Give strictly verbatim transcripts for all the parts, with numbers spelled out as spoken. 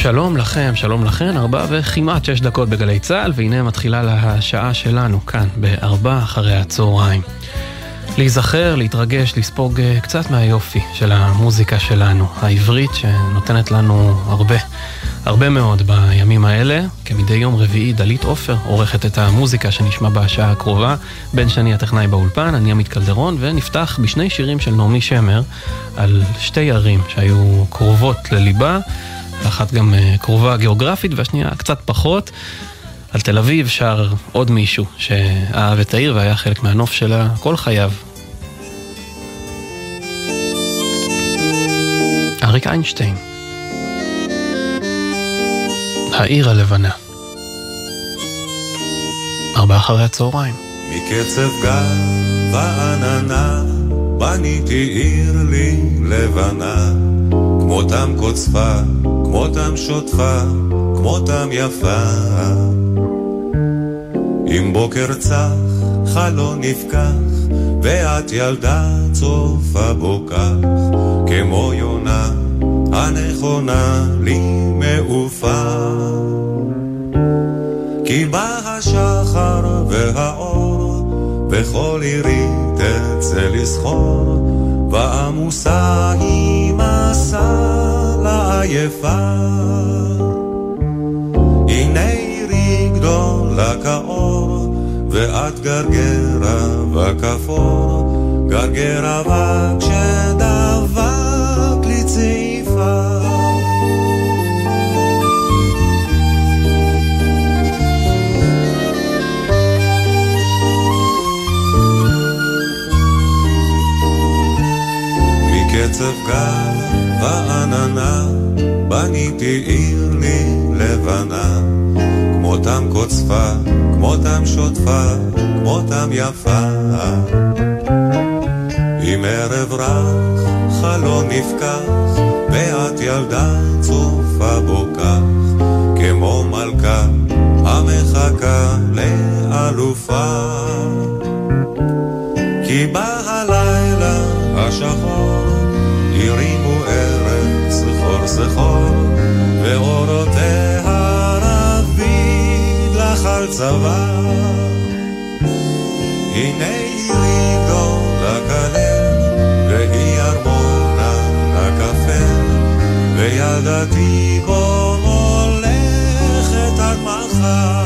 שלום לכם, שלום לכן, ארבע וכמעט שש דקות בגלי צהל, והנה מתחילה לה השעה שלנו כאן בארבע אחרי הצהריים. להיזכר, להתרגש, לספוג קצת מהיופי של המוזיקה שלנו, העברית שנותנת לנו הרבה, הרבה מאוד בימים האלה. כמדי יום רביעי דלית עופר עורכת את המוזיקה שנשמע בשעה הקרובה, בן שני הטכנאי באולפן, אני עמית קלדרון, ונפתח בשני שירים של נעמי שמר על שתי ערים שהיו קרובות לליבה, אחת גם קרובה גיאוגרפית והשנייה קצת פחות. על תל אביב שר עוד מישהו שאהב את העיר והיה חלק מהנוף שלה כל חייו. אריק איינשטיין, העיר הלבנה. ארבע אחרי הצהריים. מקצב גל ועננה בניתי עיר לי לבנה, כמותם קוצפה, כמותם שוטפה, כמותם יפה. עם בוקר צח חלון נפקח, ואת ילדה צופה בו כך, כמו יונה הנכונה לי מעופה. כי בא השחר והאור, בכל עירי תצא לסחור, ועמוסה היא מסע לעייפה. הנה עירי גדולה כאור, ואת גרגרה וכפור, גרגרה וכשדבק לי צעיפה. מקצב גל ועננה בניתי עיר לי לבנה, כמותם קוצפה, כמותם שוטפה, כמותם יפה. עם ערב רך חלון נפקח, ואת ילדה צופה בו כך, כמו מלכה המחכה לאלופה. כי בא הלילה השחור, הרימו ארץ סחור סחור, ואורותיה רביד לך על צבא. הנה עירי גדולה כלב, והיא ארמונה הכפר, וילדתי בו מולכת עד מחר.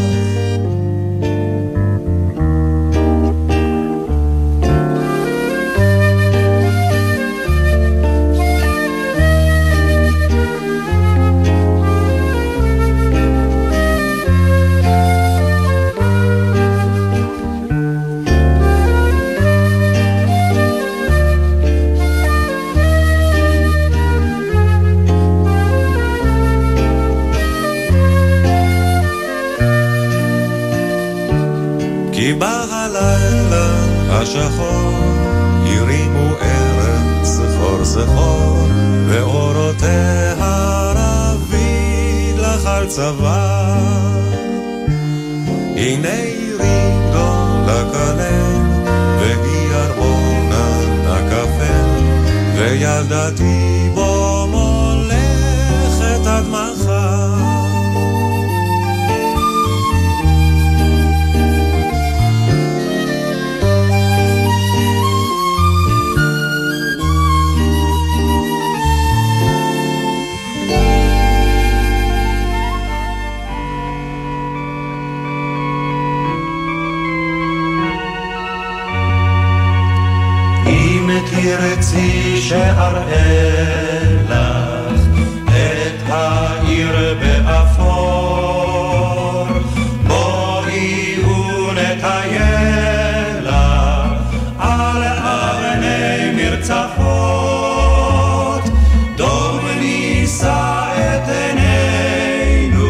כי בא הלילה השחור, הרימו ארץ סחור סחור, ואורותיה רביד לך על צבא. הנה עירי גדולה כלב, והיא ארמונה הכפר, וילדתי בו מולכת עד מחר. תרצי שאראה לך את העיר באפור, בואי ונטייל לך על אבני מרצפות, דום נישא את עינינו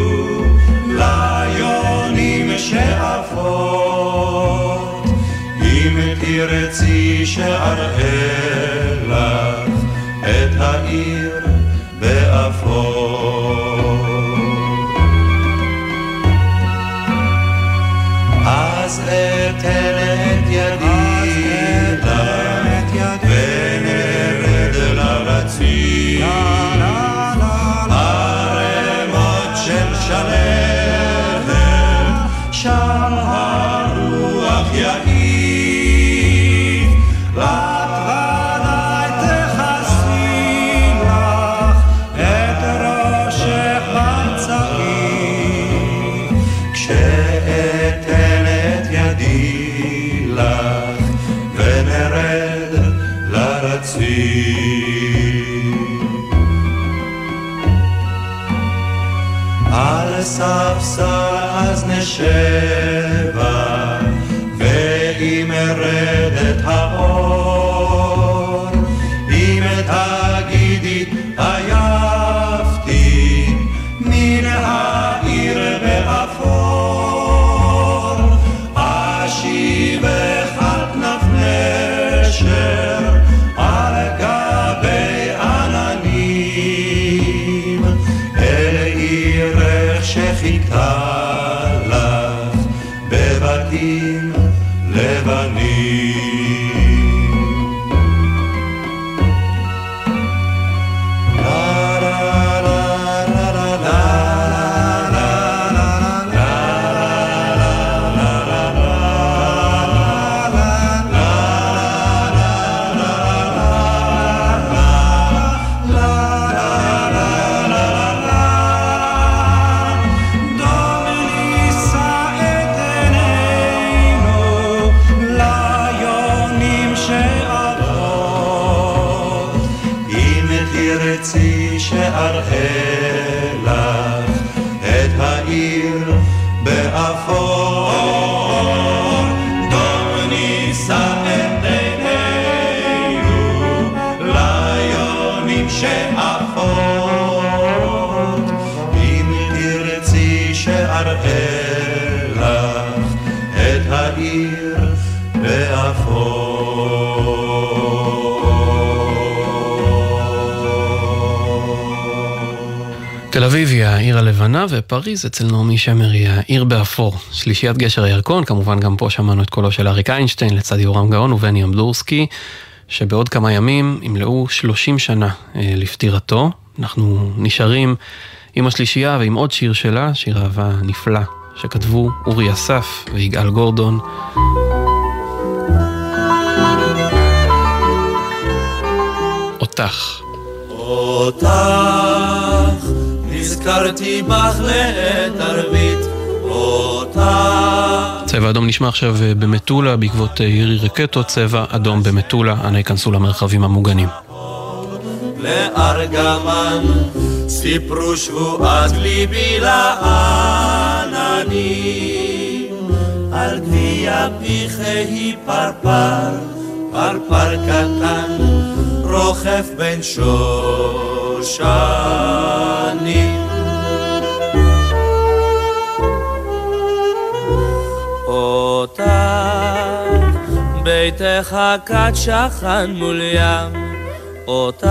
ליונים שאפות. אם תרצי שאראה לך את העיר באפור, אז אתן את ידי לך ונרד לרציף, הרי לך יעיד, לתרני תכסי לך את ראשך בצעי, כשאתן את ידי לך ונרד לרציף. על ספסל אז נשבה, ואם ארדת האור, אם תגידי עייפתי מן העיר באפור, אשיבך על כנף נשר על גבי עננים, אל עירך שחיכתה לך בבתים לבנים. שאראה לך את העיר באפור, דום נישא את עינינו ליונים שאפות, אם תרצי שאראה לך את העיר באפור. תל אביב היא העיר הלבנה, ופריז אצל נעמי שמר היא העיר באפור. שלישיית גשר הירקון, כמובן גם פה שמענו את קולו של אריק איינשטיין לצד יורם גאון ובני אמדורסקי, שבעוד כמה ימים ימלאו שלושים שנה לפטירתו. אנחנו נשארים עם השלישייה ועם עוד שיר שלה, שיר אהבה נפלא, שכתבו אורי אסף ויגאל גורדון. אותך. אותך נזכרתי בך לעת ערבית, אותך. צבע אדום נשמע עכשיו במטולה בעקבות ירי רקטות, צבע אדום במטולה, אנא יכנסו למרחבים המוגנים. לארגמן סיפרו שבועת ליבי לעננים, על גביע פיחי פרפר, פרפר קטן רוחף בין שושנים. אותך ביתך כת שכן מול ים, אותך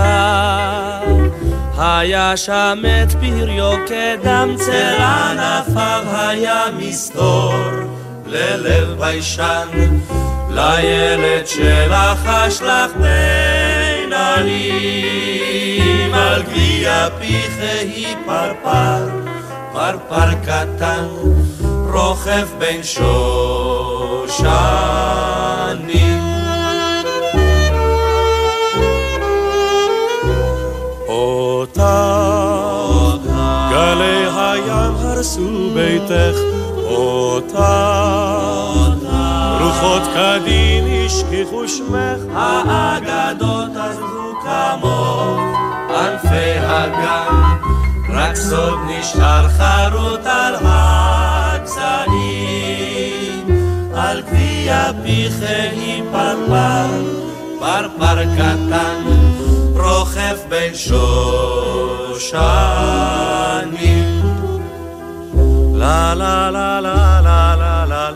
היה שם את פריו כדם, צל ענפיו היה מסתור ללב ביישן, לילד שלך אשלח בין עלים, על גביע פיחי פרפר, פרפר קטן רוחף בין שושנים. אותך גלי הים הרסו ביתך, אותך רוחות קדין השכיחו שמך, האגדות עזבו כמוך ענפי הגן, רק סוד נשאר חרוט על הגזעים, על גביע פיחי פרפר, פרפר קטן רוחף בין שושנים. לה לה לה לה לה לה לה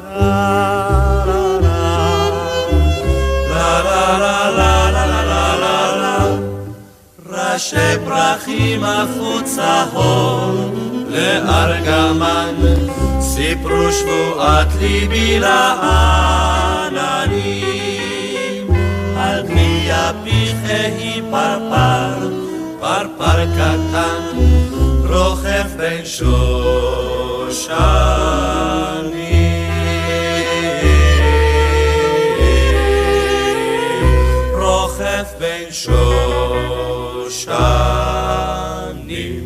ראשי פרחים החוץ ההור לארגמן, סיפרו שבועת ליבי לעננים, על גביע פיחי פרפר, פרפר קטן רוחף בין שושנים. שושנים.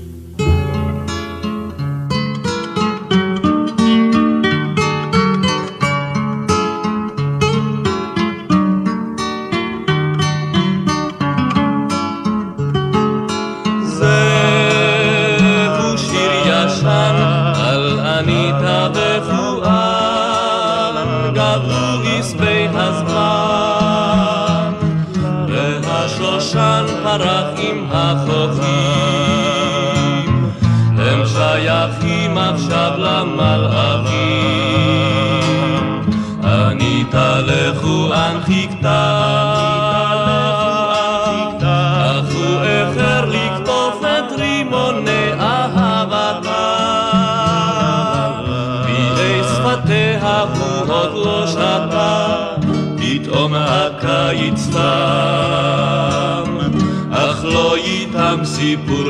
פרח עם החופים, הם שייכים עכשיו למלאכים. אני תלכו אנחיקתה, אך הוא אחר לקטוף את רימוני אהבתה, בידי שפתיה הוא עוד לא שתה, פתאום הקיץ תם, אך לא איתם סיפור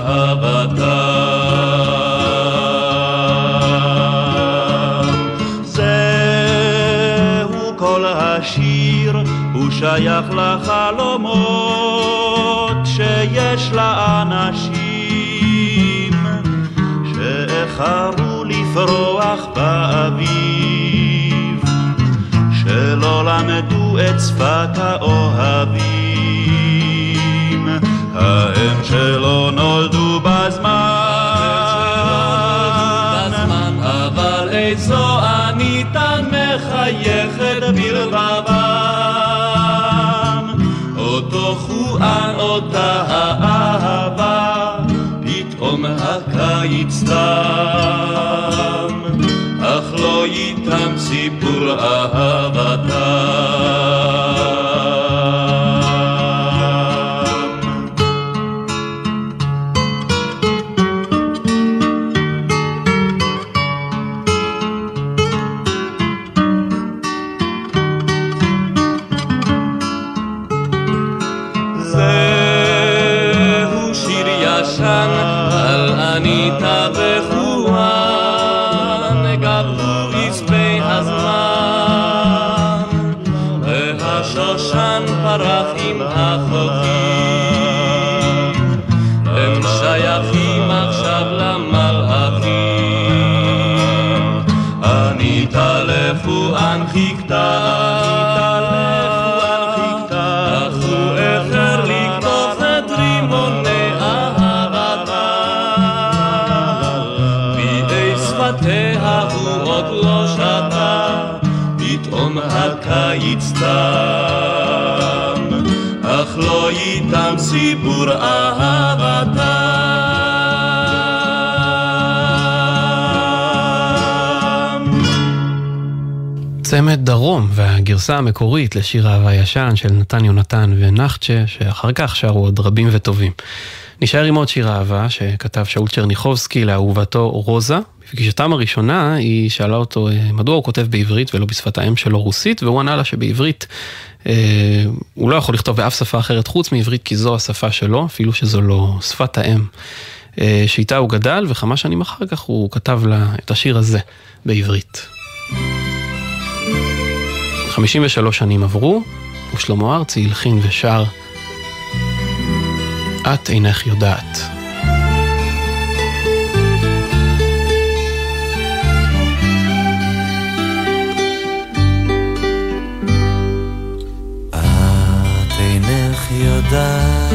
אהבתם. זהו כל השיר, הוא שייך לחלומות שיש לאנשים שאיחרו לפרוח באביב, שלא למדו את שפת האוהבים, ההם שלא נולדו בזמן, אבל איזו עניתן מחייכת בלבבם, אותו חואן אותה האהבה, פתאום הקיץ תם, אך לא איתם סיפור אהבתם. על אניטה וחואן גבו עשבי הזמן, והשושן פרח עם החופים, הם שייכים עכשיו למלאכים. אניטה לחואן חיכתה, אך הוא אחר לקטוף את רימוני הוא עוד לא שתה, פתאום הקיץ תם, אך לא איתם סיפור אהבתם. צמד דרום והגרסה המקורית לשיר אהבה ישן של נתן יונתן ונחצ'ה, שאחר כך שרו עוד רבים וטובים. נשאר עם עוד שיר אהבה שכתב שאול צ'רניחובסקי לאהובתו רוזה. בפגישתם הראשונה היא שאלה אותו מדוע הוא כותב בעברית ולא בשפת האם שלו רוסית, והוא ענה לה שבעברית אה, הוא לא יכול לכתוב באף שפה אחרת חוץ מעברית, כי זו השפה שלו, אפילו שזו לא שפת האם אה, שאיתה הוא גדל, וכמה שנים אחר כך הוא כתב לה את השיר הזה בעברית. חמישים ושלוש שנים עברו, ושלמה ארצי הלחין ושר את אינך יודעת. את אינך יודעת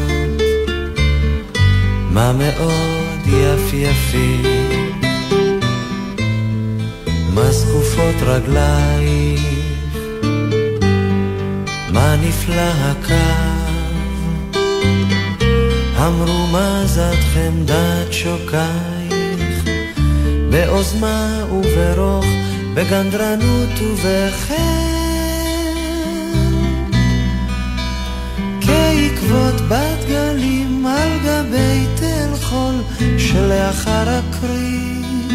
מה מאוד יפייפי, מה זקופות רגלייך, מה נפלא הקו, המרומזת חמדת שוקייך, באוזמה וברוך, בגנדרנות ובחן, כעקבות בת גלים על גבי תל חול שלאחר הקרית.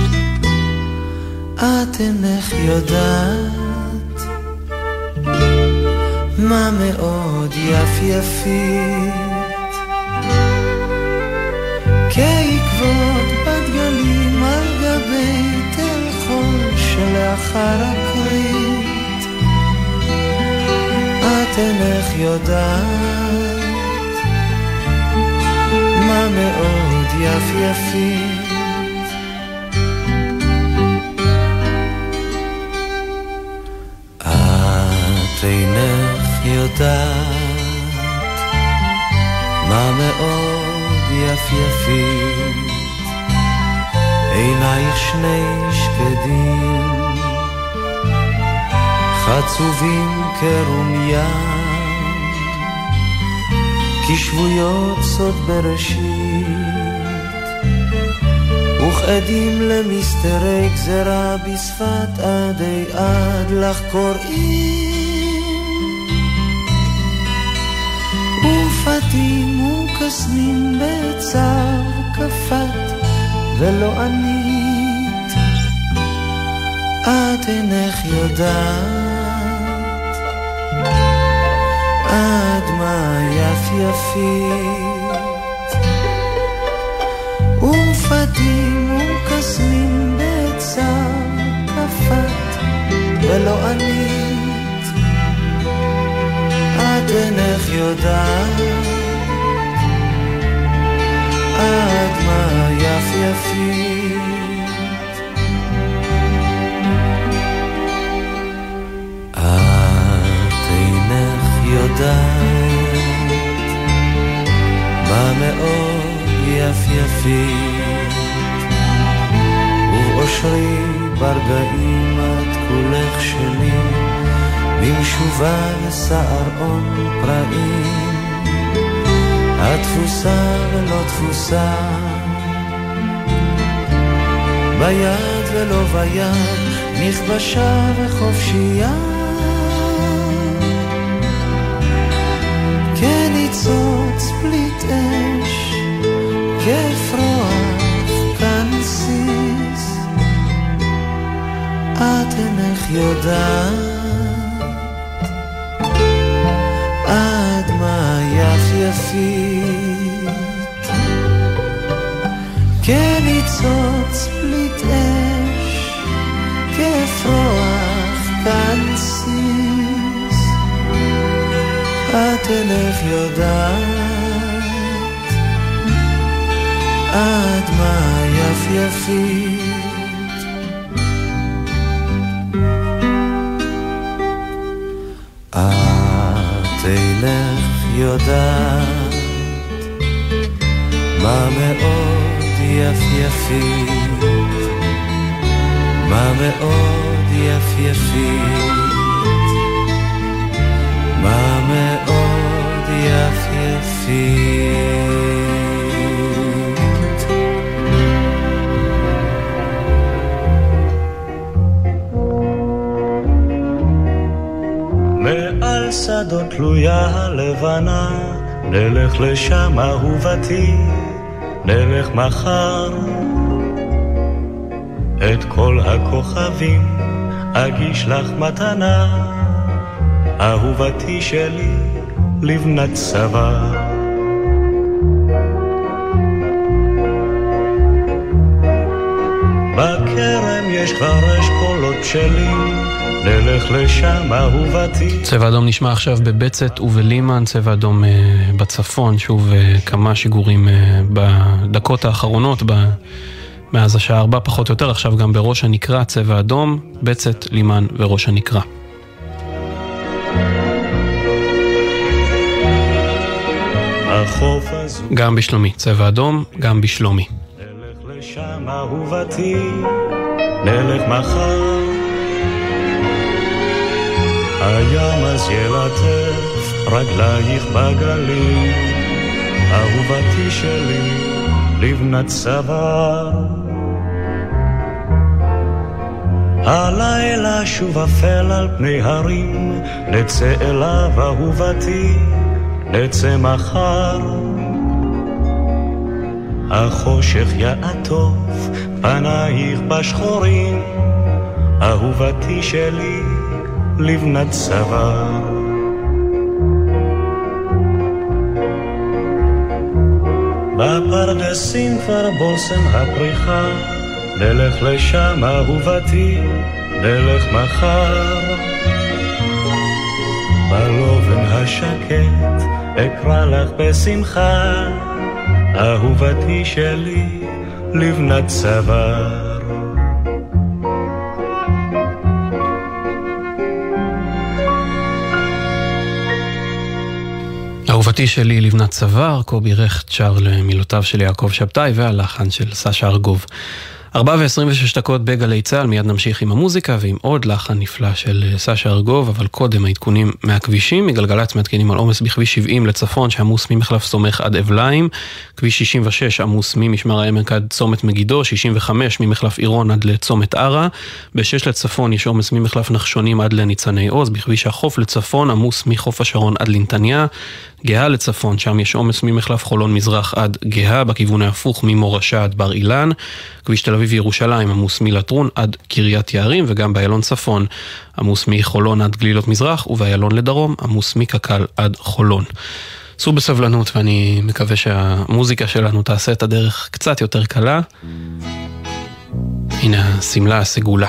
את אינך יודעת מה מאוד יפייפית, כעקבות בת גלים על גבי תל חול שלאחר הקרית. את את אינך יודעת מה מאוד יפייפית. את אינך יודעת מה מאוד יפייפית. עינייך שני שקדים חצובים כרומיה, כשבויות סוד בראשית וכעדים למסתרי גזרה בשפת עדי עד לך קוראים, ופתים וקסמים בצר כפת ולא ענית. את אינך יודעת עד מה יפייפית, ופתים וקסמים בצר כפת ולא ענית. את אינך יודעת עד מה יפייפית. יודעת מה מאוד יפייפית, ובאושרי ברגעים את כולך שלי, במשובה ושערון פרעים, את תפוסה ולא תפוסה, ביד ולא ביד, נכבשה וחופשייה, כניצוץ פליט אש, כפרוח כנסיס. את אינך יודעת עד מה יפייפית, כניצוץ פליט אש, כפרוח כנסיס. את אינך יודעת עד מה יפייפית. את אינך יודעת מה מאוד יפייפית, מה מאוד יפייפית, מה מאוד יפייפית. מעל שדות תלויה הלבנה, נלך לשם אהובתי, נלך מחר. את כל הכוכבים אגיש לך מתנה, אהובתי שלי לבנת צבא. בכרם יש כבר אשכולות בשלים, נלך לשם אהובתי. צבע אדום נשמע עכשיו בבצת ובלימן, צבע אדום uh, בצפון, שוב uh, כמה שיגורים uh, בדקות האחרונות, ב... מאז השעה ארבע פחות או יותר, עכשיו גם בראש הנקרא, צבע אדום, בצת, לימן וראש הנקרא. גם בשלומי, צבע אדום, גם בשלומי. נלך לשם אהובתי, נלך מחר. הים אז ילטף רגלייך בגלים, אהובתי שלי לבנת צבא. הלילה שוב אפל על פני הרים, נצא אליו אהובתי, נצא מחר. החושך יעטוף פנייך בשחורים, אהובתי שלי לבנת צבא. בפרדסים כבר בוסם הפריחה, נלך לשם אהובתי, נלך מחר. בלובן השקט אקרא לך בשמחה, אהובתי שלי לבנת צוואר. אהובתי שלי לבנת צוואר, קובי רכט שר למילותיו של יעקב שבתאי והלחן של סשה ארגוב. ארבע ועשרים ושש דקות בגלי צהל, מיד נמשיך עם המוזיקה ועם עוד לחן נפלא של סשה ארגוב, אבל קודם העדכונים מהכבישים. מגלגלצ מעדכנים על עומס בכביש שבעים לצפון שעמוס ממחלף סומך עד אבליים, כביש שישים ושש עמוס ממשמר העמק עד צומת מגידו, שישים וחמש ממחלף עירון עד לצומת ערה, בשש לצפון יש עומס ממחלף נחשונים עד לניצני עוז, בכביש החוף לצפון עמוס מחוף השרון עד לנתניה, גאה לצפון, שם יש עומס ממחלף חולון מזרח עד גאה, בכיוון ההפוך ממורשה עד בר אילן, כביש תל אביב ירושלים עמוס מלטרון עד קריית יערים, וגם באיילון צפון עמוס מחולון עד גלילות מזרח, ובאיילון לדרום עמוס מקקל עד חולון. סעו בסבלנות, ואני מקווה שהמוזיקה שלנו תעשה את הדרך קצת יותר קלה. הנה הסמלה הסגולה.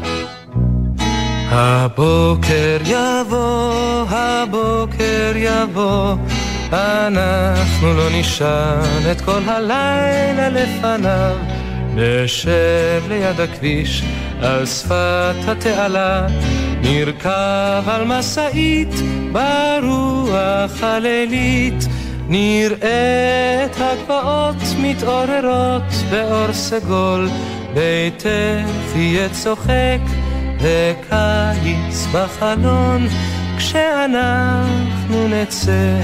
הבוקר יבוא, הבוקר יבוא, אנחנו לא נשען את כל הלילה לפניו, נשב ליד הכביש על שפת התעלה, נרכב על מסעית ברוח הלילית, נראה את הגבעות מתעוררות באור סגול, ביתך יהיה צוחק וקיץ בחלון, כשאנחנו נצא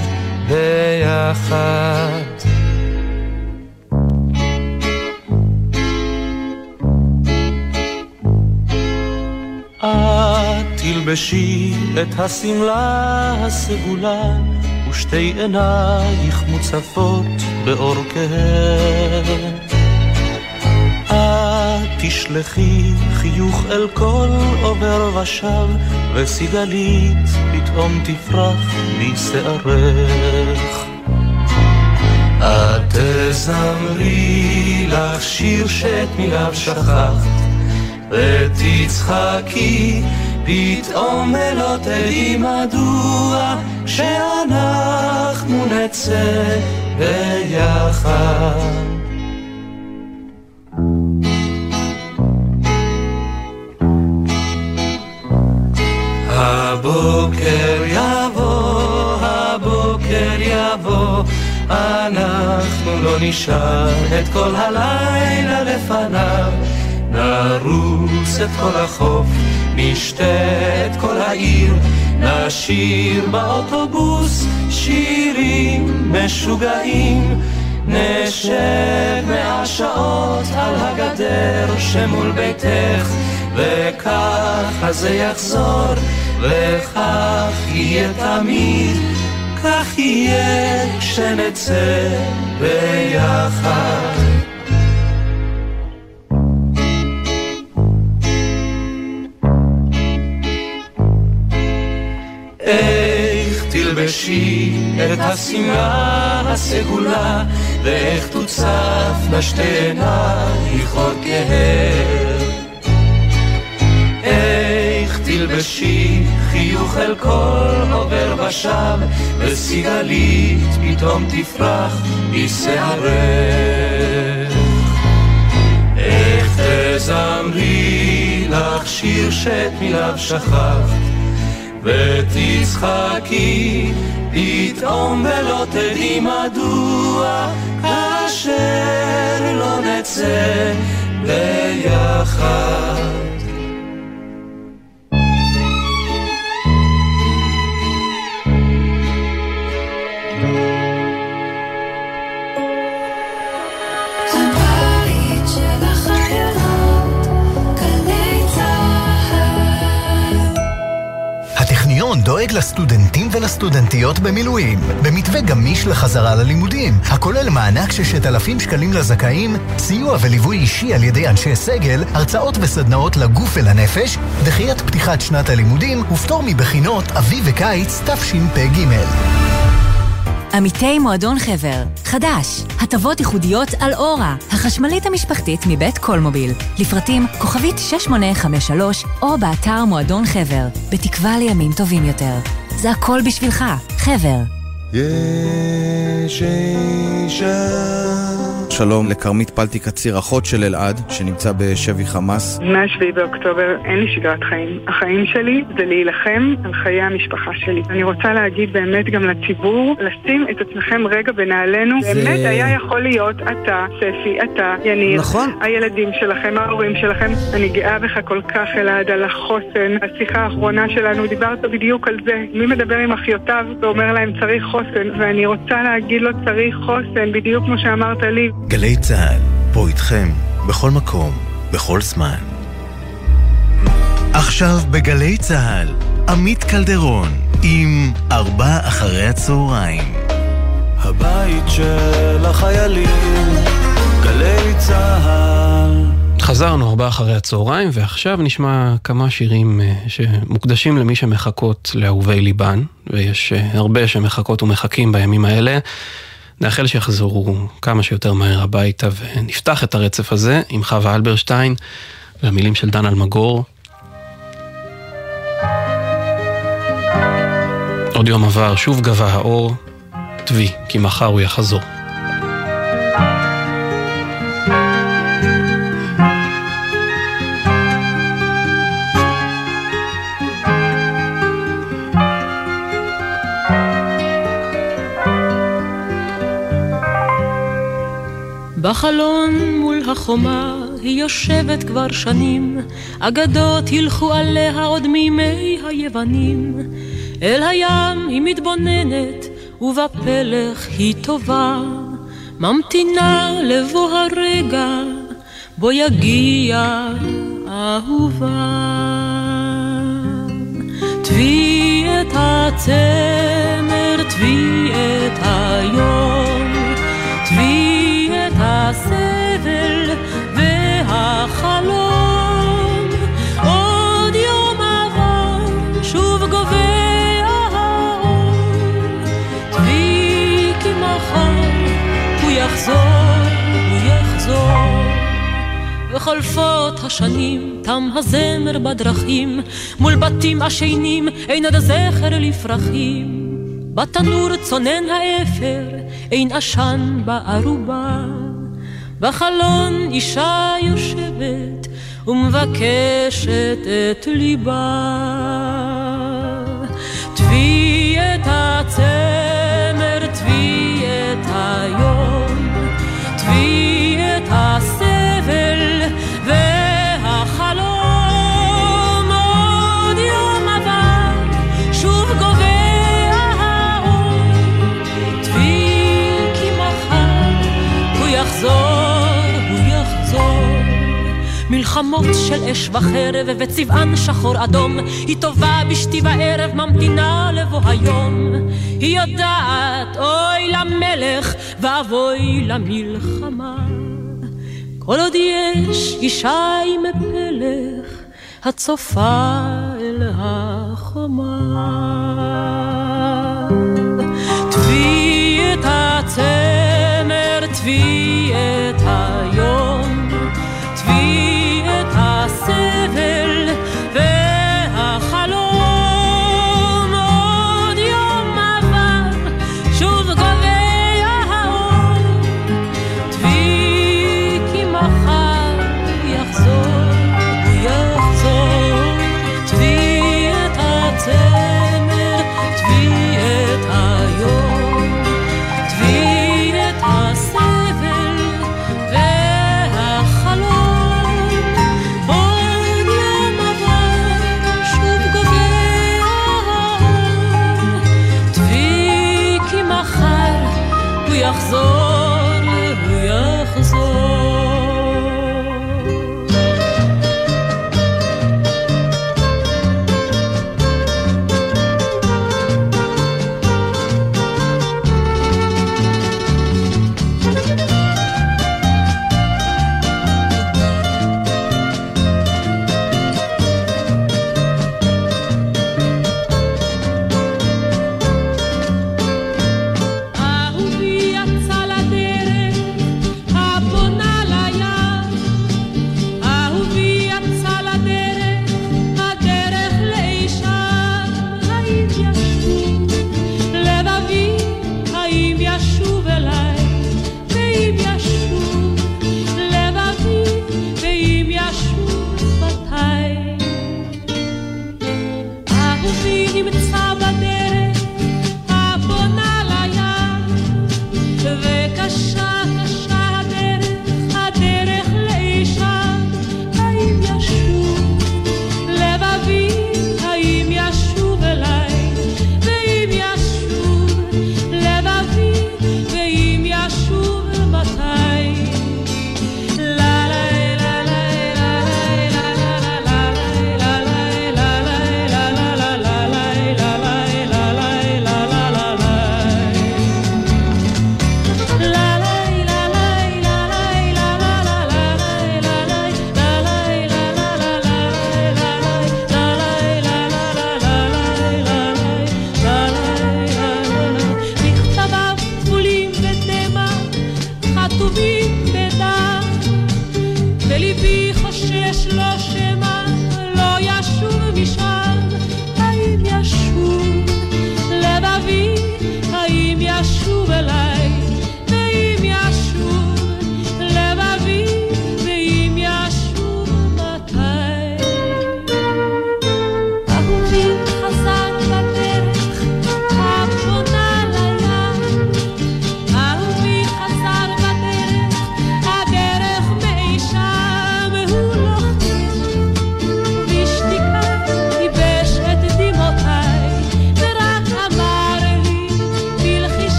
ביחד. את תלבשי את הסמלה הסגולה, ושתי עינייך מוצפות באור כהה. את תשלחי חיוך אל כל עובר ושב, וסיגלית פתאום תפרח בשערך. את תזמרי לך שיר שאת מיליו שכחת, ותצחקי פתאום ולא תדעי מדוע, כשאנחנו נצא ביחד. הבוקר יבוא, הבוקר יבוא, אנחנו לא נשאר את כל הלילה לפניו, נרוץ את כל החוף, נשתה את כל העיר, נשיר באוטובוס שירים משוגעים, נשב מאה שעות על הגדר שמול ביתך, וככה זה יחזור, וכך יהיה תמיד, כך יהיה כשנצא ביחד. איך תלבשי את השמלה הסגולה, ואיך תוצף לשתי עינייך אור כהה. איך תלבשי חיוך אל כל עובר ושב, וסיגלית פתאום תפרח בשערך. איך תזמרי לך שיר שאת מיליו שכחת, ותצחקי פתאום ולא תדעי מדוע, כאשר לא נצא ביחד. דואג לסטודנטים ולסטודנטיות במילואים, במתווה גמיש לחזרה ללימודים, הכולל מענק ששת אלפים שקלים לזכאים, סיוע וליווי אישי על ידי אנשי סגל, הרצאות וסדנאות לגוף ולנפש, דחיית פתיחת שנת הלימודים ופטור מבחינות אביב וקיץ תשפ"ג. עמיתי מועדון חבר, חדש, הטבות ייחודיות על אורה, החשמלית המשפחתית מבית קולמוביל. לפרטים כוכבית שש שמונה חמש שלוש או באתר מועדון חבר, בתקווה לימים טובים יותר. זה הכל בשבילך, חבר. יש אישה. שלום לקרמית פלטי קציר, אחות של אלעד, שנמצא בשבי חמאס. מהשביעי באוקטובר אין לי שגרת חיים. החיים שלי זה להילחם על חיי המשפחה שלי. אני רוצה להגיד באמת גם לציבור, לשים את עצמכם רגע בנעלינו. זה... באמת היה יכול להיות אתה, ספי, אתה, יניר, נכון. הילדים שלכם, ההורים שלכם. אני גאה בך כל כך, אלעד, על החוסן. השיחה האחרונה שלנו, דיברת בדיוק על זה. מי מדבר עם אחיותיו ואומר להם צריך חוסן, ואני רוצה להגיד לו צריך חוסן, בדיוק כמו שאמרת לי. גלי צהל, פה איתכם, בכל מקום, בכל זמן. עכשיו בגלי צהל, עמית קלדרון, עם ארבע אחרי הצהריים. הבית של החיילים, גלי צהל. חזרנו ארבע אחרי הצהריים, ועכשיו נשמע כמה שירים שמוקדשים למי שמחכות לאהובי ליבן, ויש הרבה שמחכות ומחכים בימים האלה. נאחל שיחזרו כמה שיותר מהר הביתה, ונפתח את הרצף הזה עם חווה אלברשטיין והמילים של דן אלמגור. עוד יום עבר, שוב גבה האור, תבי, כי מחר הוא יחזור. בחלון מול החומה היא יושבת כבר שנים, אגדות הלכו עליה עוד מימי היוונים. אל הים היא מתבוננת ובפלך היא טובה, ממתינה לבוא הרגע בו יגיע אהובה. תבי את הצמר, תבי את היום, תבי את הסבל והחלום. עוד יום עבר, שוב גובע האור, תבי כי מחר הוא יחזור, הוא יחזור. וחולפות השנים, תם הזמר בדרכים, מול בתים עשנים אין עוד זכר לפרחים. בתנור צונן האפר, אין עשן בערובה. בחלון אישה יושבת ומבקשת את ליבה. תבי את הצמר, תבי את היום, תבי את הסבל והחלום. עוד יום עבר, שוב גובר יחזור, הוא יחזור. מלחמות של אש וחרב וצבען שחור אדום, היא טובה בשתי בערב, ממתינה לבוא היום. היא יודעת אוי למלך ואבוי למלחמה, כל עוד יש אישה עם פלך הצופה אל החומה. תבי את הצמר, תבי את היום, תבי את הסבל והחלום. עוד יום עבר, שוב גובע האור, תבי כי מחר יחזור, הוא יחזור. תבי את הצמר, תבי את היום, תבי את הסבל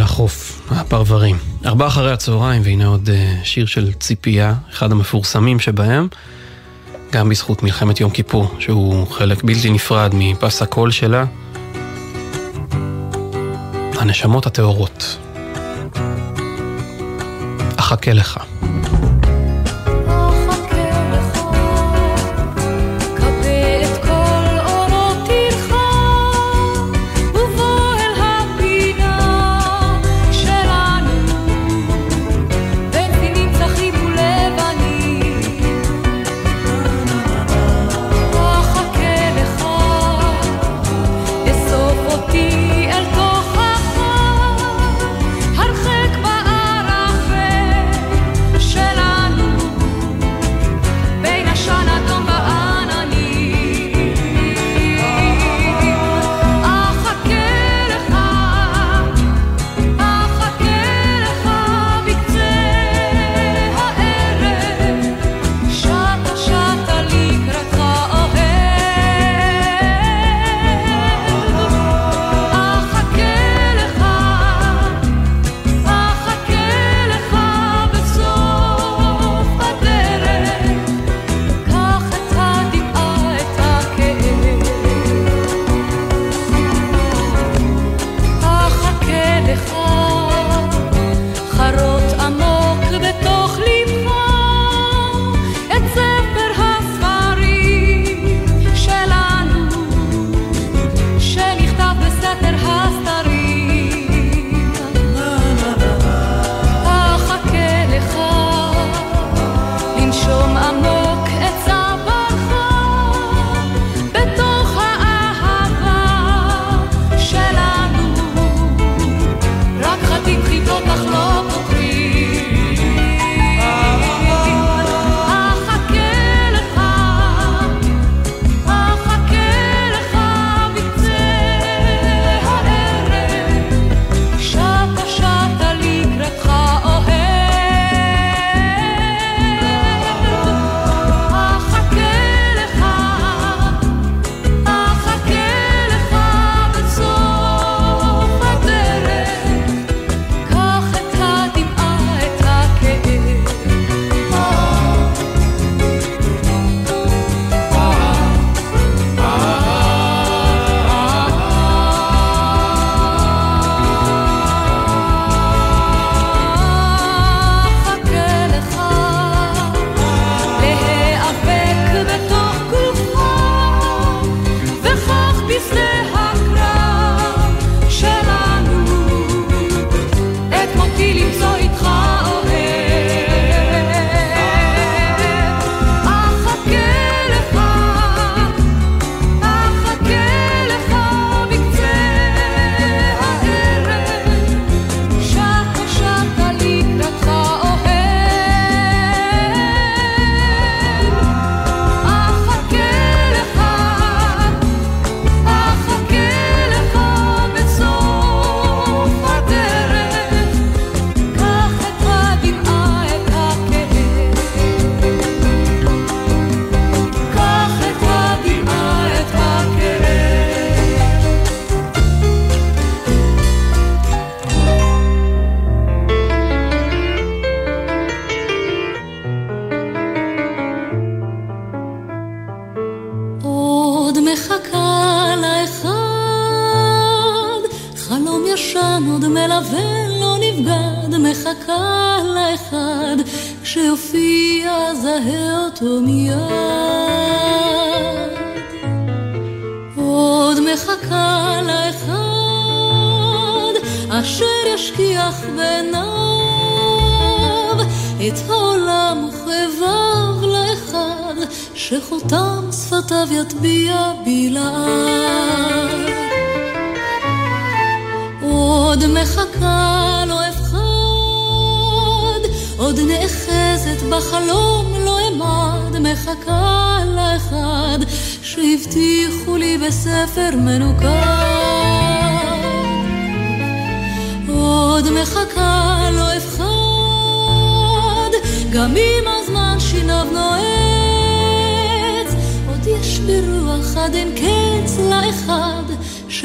החוף, הפרברים. ארבע אחרי הצהריים, והנה עוד שיר של ציפייה, אחד המפורסמים שבהם, גם בזכות מלחמת יום כיפור, שהוא חלק בלתי נפרד מפס הקול שלה. הנשמות הטהורות. אחכה לך.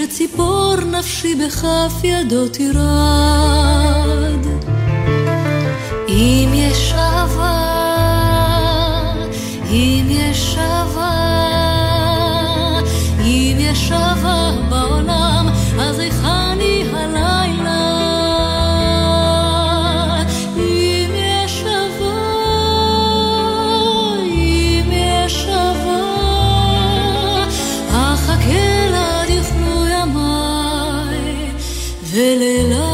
שציפור נפשי בכף ידו תירד. אם יש אהבה, אם יש אהבה, אם יש אהבה בעולם, אז איכני הלילה. אם יש אהבה, אם יש אהבה, אחכה לה יפנו ימיי ולילה.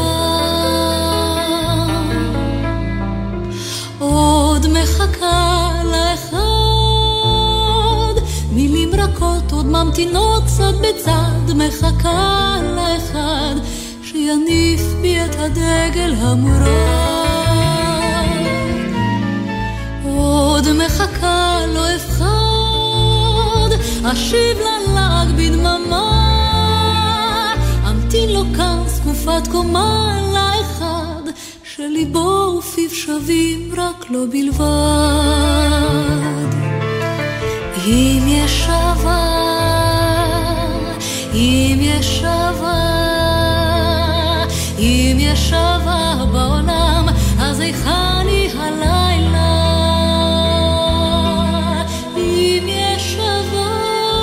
עוד מחכה לאחד, מילים רכות עוד ממתינות צד בצד, מחכה לאחד שיניף בי את הדגל המורד. עוד מחכה לא אפחד, אשיב ללעג בדממה, אמתין לו כאן זקופת קומה לאחד שליבו ופיו שווים רק לו בלבד. אם יש אהבה, אם יש אהבה, אם יש אהבה בעולם, אז איכני הלילה. אם יש אהבה,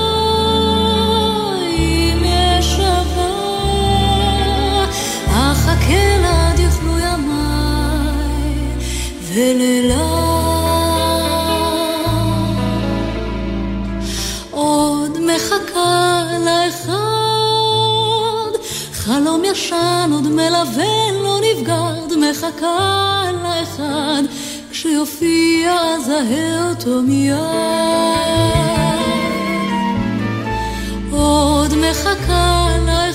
אם יש אהבה, אחכה לה עד יוכלו ימיי ולילה. מחכה לאחד, חלום ישן עוד מלווה לא נבגד, מחכה לאחד כשיופיע זהה אותו מיד. עוד מחכה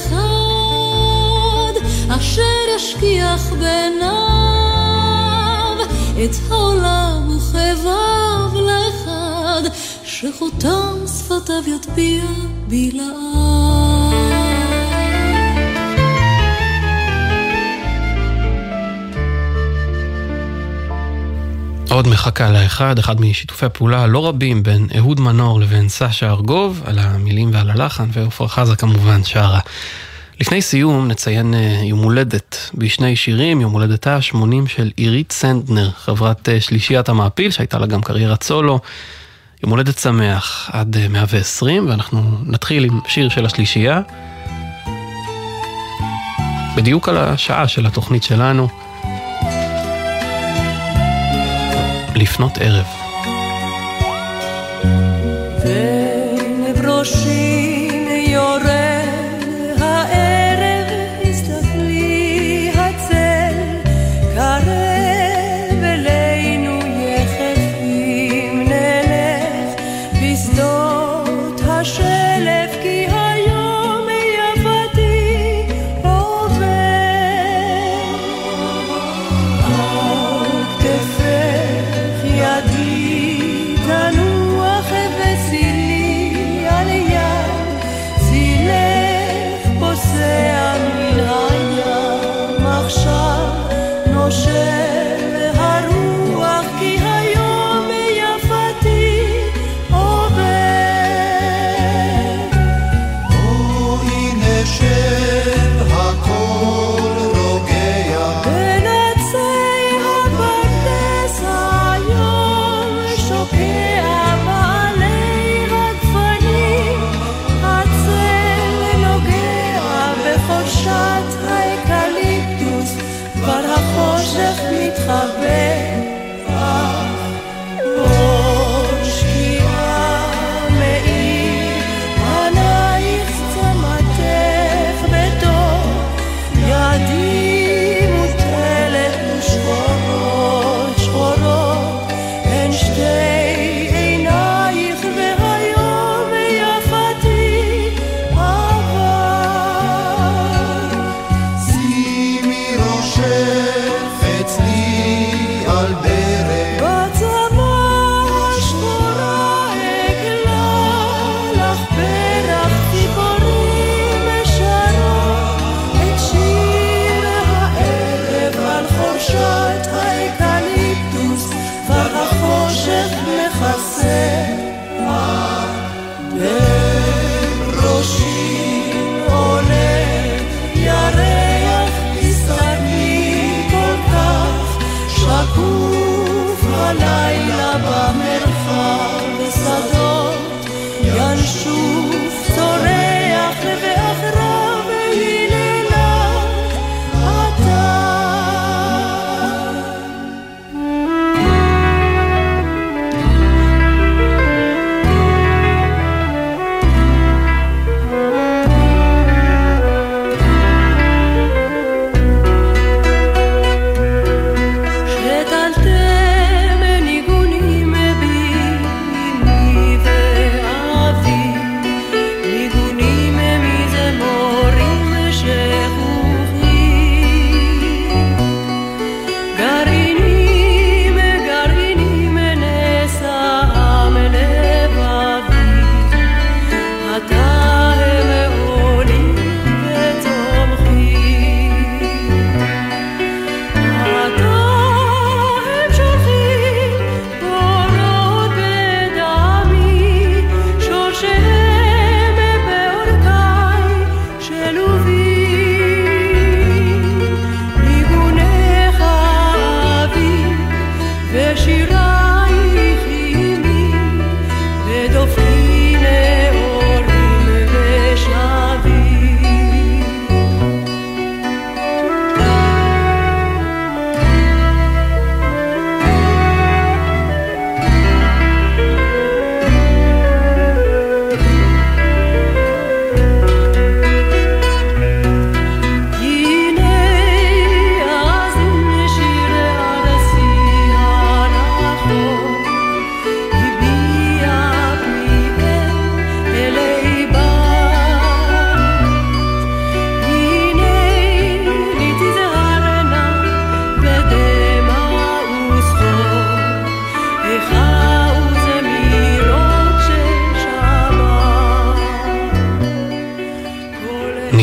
לאחד אשר ישכיח בעיניו את העולם וכאביו, לאחד שחותם שפתיו יטביע בלעם. עוד מחכה לאחד, אחד משיתופי הפעולה לא רבים בין אהוד מנור לבין סשה ארגוב, על המילים ועל הלחן, ועופרה חזה כמובן שרה. לפני סיום נציין יום הולדת בשני שירים, יום הולדתה ה-שמונים של עירית סנדנר, חברת שלישיית המעפיל, שהייתה לה גם קריירת סולו. יום הולדת שמח עד מאה ועשרים, ואנחנו נתחיל עם שיר של השלישייה, בדיוק על השעה של התוכנית שלנו, לפנות ערב. ובראשים יורד הערב, הסתכלי הצל קרב אלינו יחפים, נלך בשדות השלף, כי היום יפתי עובר על כתפך ידי תנוח וצילי על יד צילך פוסע מן הים, עכשיו נושם הרוח, כי היום יפתי עובר. בואי נשב הכל רוגע בין עצי הפרדס היום שוקע בעלי הגפנים, הצל נוגע בחורשת האקליפטוס, כבר החושך מתחבא, עוד שקיעה מאיר ענייך צמתך בתוך ידי מוטלת ושחורות שחורות הן שתי עינייך, והיום יפתי עבר. שימי ראשך אצלי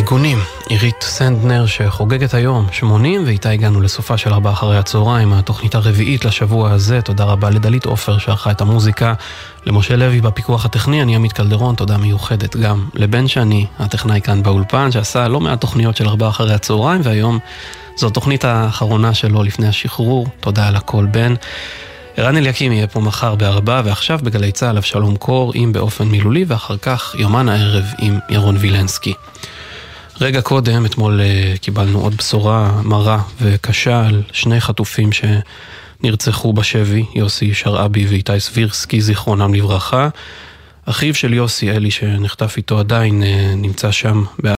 ניגונים, עירית סנדנר שחוגגת היום שמונים, ואיתה הגענו לסופה של ארבע אחרי הצהריים, התוכנית הרביעית לשבוע הזה. תודה רבה לדלית אופר שערכה את המוזיקה, למשה לוי בפיקוח הטכני, אני עמית קלדרון. תודה מיוחדת גם לבן שני, הטכנאי כאן באולפן, שעשה לא מעט תוכניות של ארבע אחרי הצהריים, והיום זו תוכנית האחרונה שלו לפני השחרור. תודה על הכל בן. ערן אליקים יהיה פה מחר בארבע, ועכשיו בגלי צהל אבשלום קור עם באופן מילולי, ואחר כך יומן הערב עם ירון וילנסקי. רגע קודם, אתמול uh, קיבלנו עוד בשורה מרה וקשה על שני חטופים שנרצחו בשבי, יוסי שרעבי ואיתי סבירסקי, זיכרונם לברכה. אחיו של יוסי, אלי, שנחטף איתו עדיין, uh, נמצא שם